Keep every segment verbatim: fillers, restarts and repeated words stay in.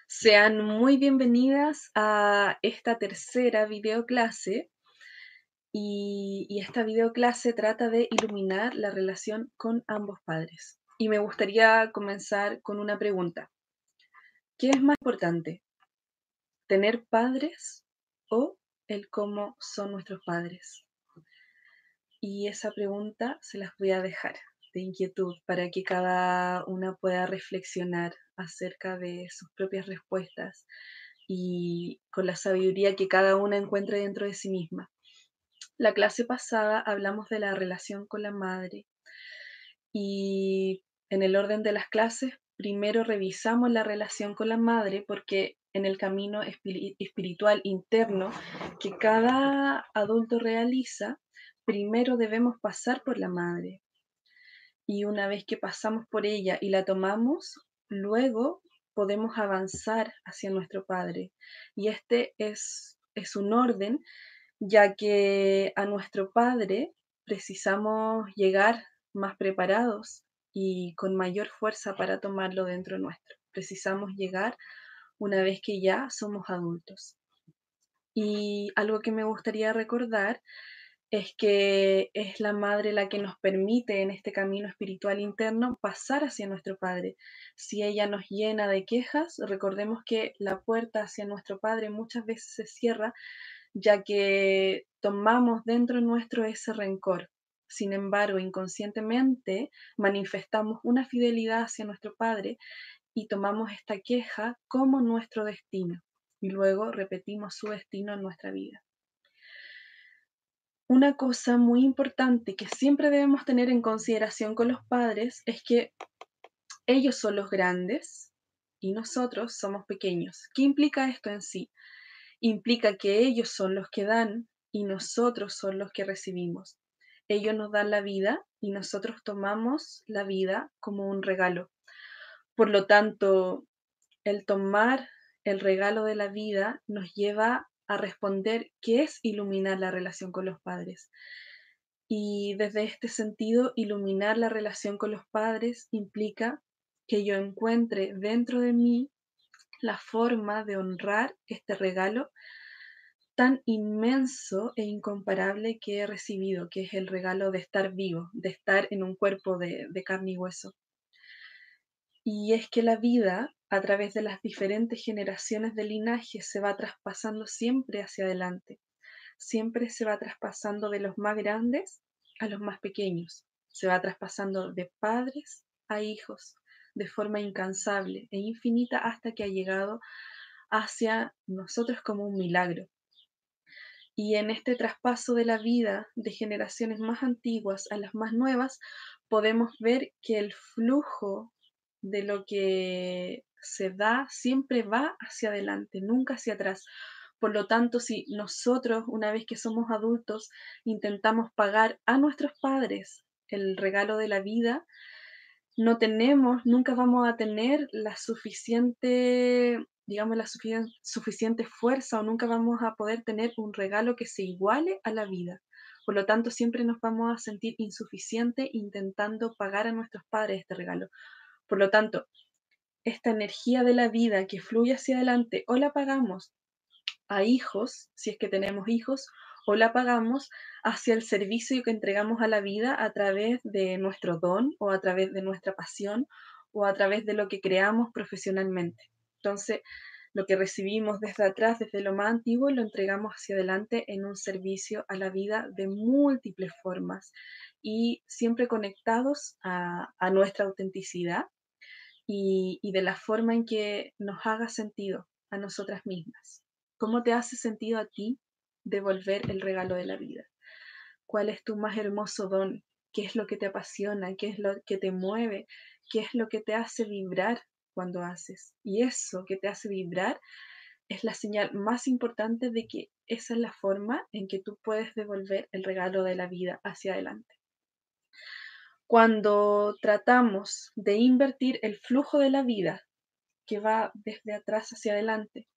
Sean muy bienvenidas a esta tercera videoclase y, y esta videoclase trata de iluminar la relación con ambos padres. Y me gustaría comenzar con una pregunta. ¿Qué es más importante? ¿Tener padres o el cómo son nuestros padres? Y esa pregunta se las voy a dejar de inquietud para que cada una pueda reflexionar acerca de sus propias respuestas y con la sabiduría que cada una encuentre dentro de sí misma. La clase pasada hablamos de la relación con la madre y en el orden de las clases, primero revisamos la relación con la madre porque en el camino espiri- espiritual interno que cada adulto realiza, primero debemos pasar por la madre. Y una vez que pasamos por ella y la tomamos, luego podemos avanzar hacia nuestro Padre. Y este es, es un orden, ya que a nuestro Padre precisamos llegar más preparados y con mayor fuerza para tomarlo dentro nuestro. Precisamos llegar una vez que ya somos adultos. Y algo que me gustaría recordar es que es la madre la que nos permite en este camino espiritual interno pasar hacia nuestro Padre. Si ella nos llena de quejas, recordemos que la puerta hacia nuestro Padre muchas veces se cierra, ya que tomamos dentro nuestro ese rencor. Sin embargo, inconscientemente manifestamos una fidelidad hacia nuestro Padre y tomamos esta queja como nuestro destino. Y luego repetimos su destino en nuestra vida. Una cosa muy importante que siempre debemos tener en consideración con los padres es que ellos son los grandes y nosotros somos pequeños. ¿Qué implica esto en sí? Implica que ellos son los que dan y nosotros son los que recibimos. Ellos nos dan la vida y nosotros tomamos la vida como un regalo. Por lo tanto, el tomar el regalo de la vida nos lleva a responder qué es iluminar la relación con los padres. Y desde este sentido, iluminar la relación con los padres implica que yo encuentre dentro de mí la forma de honrar este regalo tan inmenso e incomparable que he recibido, que es el regalo de estar vivo, de estar en un cuerpo de, de carne y hueso. Y es que la vida, a través de las diferentes generaciones de linaje, se va traspasando siempre hacia adelante. Siempre se va traspasando de los más grandes a los más pequeños. Se va traspasando de padres a hijos de forma incansable e infinita hasta que ha llegado hacia nosotros como un milagro. Y en este traspaso de la vida de generaciones más antiguas a las más nuevas, podemos ver que el flujo de lo que se da siempre va hacia adelante, nunca hacia atrás. Por lo tanto, si nosotros, una vez que somos adultos, intentamos pagar a nuestros padres el regalo de la vida, no tenemos, nunca vamos a tener la suficiente, digamos, la sufi- suficiente fuerza o nunca vamos a poder tener un regalo que se iguale a la vida. Por lo tanto, siempre nos vamos a sentir insuficientes intentando pagar a nuestros padres este regalo. Por lo tanto, esta energía de la vida que fluye hacia adelante o la pagamos a hijos, si es que tenemos hijos, o la pagamos hacia el servicio que entregamos a la vida a través de nuestro don o a través de nuestra pasión o a través de lo que creamos profesionalmente. Entonces, lo que recibimos desde atrás, desde lo más antiguo, lo entregamos hacia adelante en un servicio a la vida de múltiples formas y siempre conectados a, a nuestra autenticidad y, y de la forma en que nos haga sentido a nosotras mismas. ¿Cómo te hace sentido a ti devolver el regalo de la vida? ¿Cuál es tu más hermoso don? ¿Qué es lo que te apasiona? ¿Qué es lo que te mueve? ¿Qué es lo que te hace vibrar cuando haces? Y eso que te hace vibrar es la señal más importante de que esa es la forma en que tú puedes devolver el regalo de la vida hacia adelante. Cuando tratamos de invertir el flujo de la vida que va desde atrás hacia adelante,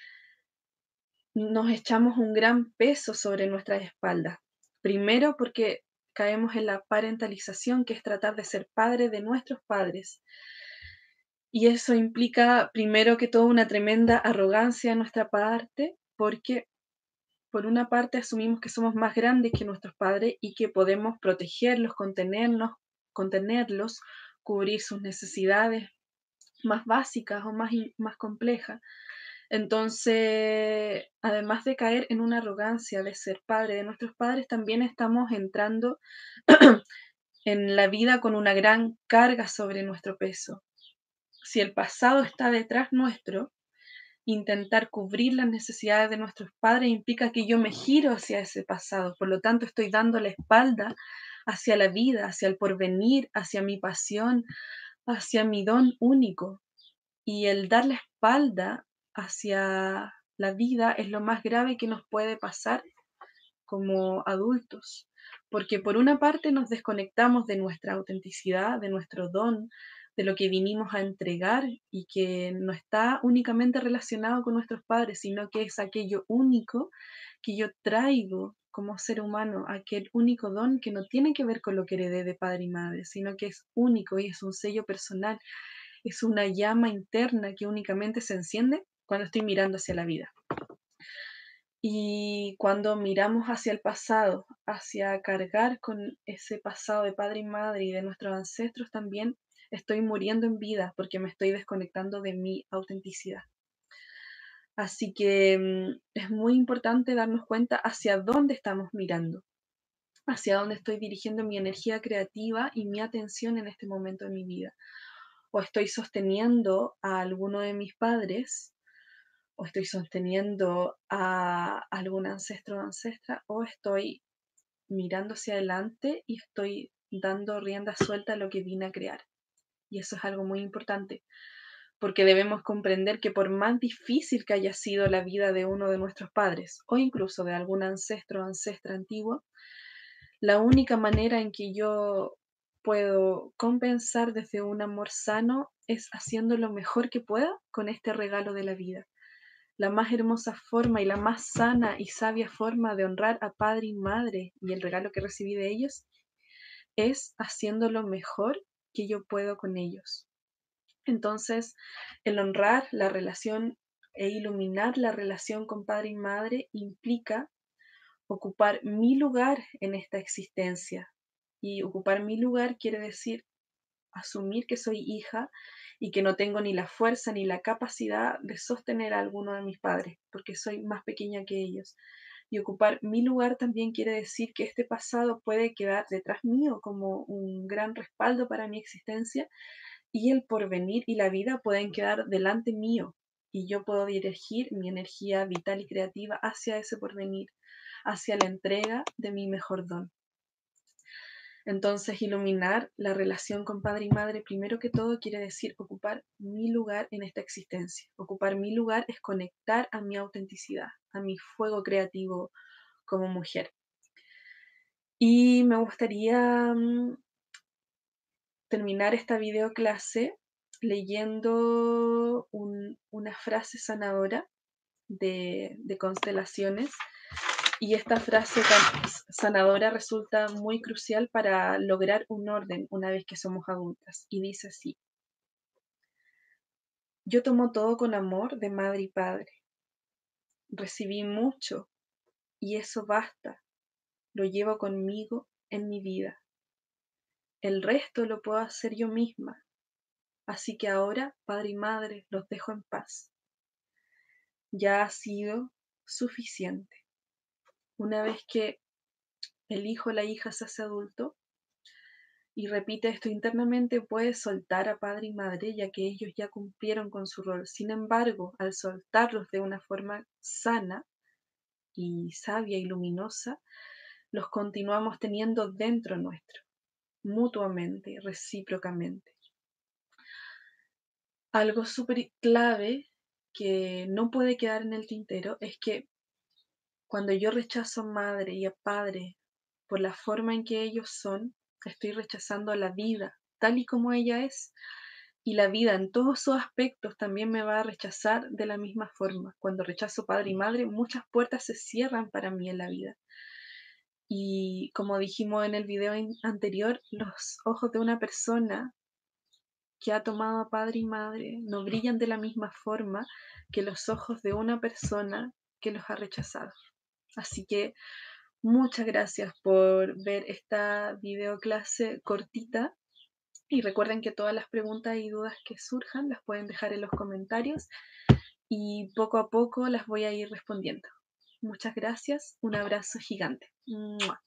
nos echamos un gran peso sobre nuestras espaldas. Primero porque caemos en la parentalización, que es tratar de ser padre de nuestros padres. Y eso implica, primero que todo, una tremenda arrogancia de nuestra parte, porque por una parte asumimos que somos más grandes que nuestros padres y que podemos protegerlos, contenernos, contenerlos, cubrir sus necesidades más básicas o más, in- más complejas. Entonces, además de caer en una arrogancia de ser padre de nuestros padres, también estamos entrando en la vida con una gran carga sobre nuestro peso. Si el pasado está detrás nuestro, intentar cubrir las necesidades de nuestros padres implica que yo me giro hacia ese pasado, por lo tanto estoy dando la espalda hacia la vida, hacia el porvenir, hacia mi pasión, hacia mi don único. Y el dar la espalda hacia la vida es lo más grave que nos puede pasar como adultos, porque por una parte nos desconectamos de nuestra autenticidad, de nuestro don, de lo que vinimos a entregar y que no está únicamente relacionado con nuestros padres, sino que es aquello único que yo traigo como ser humano, aquel único don que no tiene que ver con lo que heredé de padre y madre, sino que es único y es un sello personal, es una llama interna que únicamente se enciende cuando estoy mirando hacia la vida. Y cuando miramos hacia el pasado, hacia cargar con ese pasado de padre y madre y de nuestros ancestros, también estoy muriendo en vida porque me estoy desconectando de mi autenticidad. Así que mm, es muy importante darnos cuenta hacia dónde estamos mirando, hacia dónde estoy dirigiendo mi energía creativa y mi atención en este momento de mi vida. O estoy sosteniendo a alguno de mis padres, o estoy sosteniendo a algún ancestro o ancestra, o estoy mirando hacia adelante y estoy dando rienda suelta a lo que vine a crear. Y eso es algo muy importante, porque debemos comprender que por más difícil que haya sido la vida de uno de nuestros padres, o incluso de algún ancestro o ancestra antiguo, la única manera en que yo puedo compensar desde un amor sano es haciendo lo mejor que pueda con este regalo de la vida. La más hermosa forma y la más sana y sabia forma de honrar a padre y madre y el regalo que recibí de ellos es haciendo lo mejor que yo puedo con ellos. Entonces, el honrar la relación e iluminar la relación con padre y madre implica ocupar mi lugar en esta existencia. Y ocupar mi lugar quiere decir asumir que soy hija y que no tengo ni la fuerza ni la capacidad de sostener a alguno de mis padres, porque soy más pequeña que ellos. Y ocupar mi lugar también quiere decir que este pasado puede quedar detrás mío como un gran respaldo para mi existencia y el porvenir y la vida pueden quedar delante mío y yo puedo dirigir mi energía vital y creativa hacia ese porvenir, hacia la entrega de mi mejor don. Entonces, iluminar la relación con padre y madre, primero que todo, quiere decir ocupar mi lugar en esta existencia. Ocupar mi lugar es conectar a mi autenticidad, a mi fuego creativo como mujer. Y me gustaría mm, terminar esta video clase leyendo un- una frase sanadora de, de constelaciones. Y esta frase tan sanadora resulta muy crucial para lograr un orden una vez que somos adultas. Y dice así: yo tomo todo con amor de madre y padre. Recibí mucho y eso basta. Lo llevo conmigo en mi vida. El resto lo puedo hacer yo misma. Así que ahora, padre y madre, los dejo en paz. Ya ha sido suficiente. Una vez que el hijo o la hija se hace adulto, y repite esto internamente, puedes soltar a padre y madre, ya que ellos ya cumplieron con su rol. Sin embargo, al soltarlos de una forma sana y sabia y luminosa, los continuamos teniendo dentro nuestro, mutuamente, recíprocamente. Algo súper clave que no puede quedar en el tintero es que cuando yo rechazo a madre y a padre por la forma en que ellos son, estoy rechazando a la vida tal y como ella es. Y la vida en todos sus aspectos también me va a rechazar de la misma forma. Cuando rechazo padre y madre, muchas puertas se cierran para mí en la vida. Y como dijimos en el video anterior, los ojos de una persona que ha tomado a padre y madre no brillan de la misma forma que los ojos de una persona que los ha rechazado. Así que muchas gracias por ver esta videoclase cortita y recuerden que todas las preguntas y dudas que surjan las pueden dejar en los comentarios y poco a poco las voy a ir respondiendo. Muchas gracias, un abrazo gigante. ¡Mua!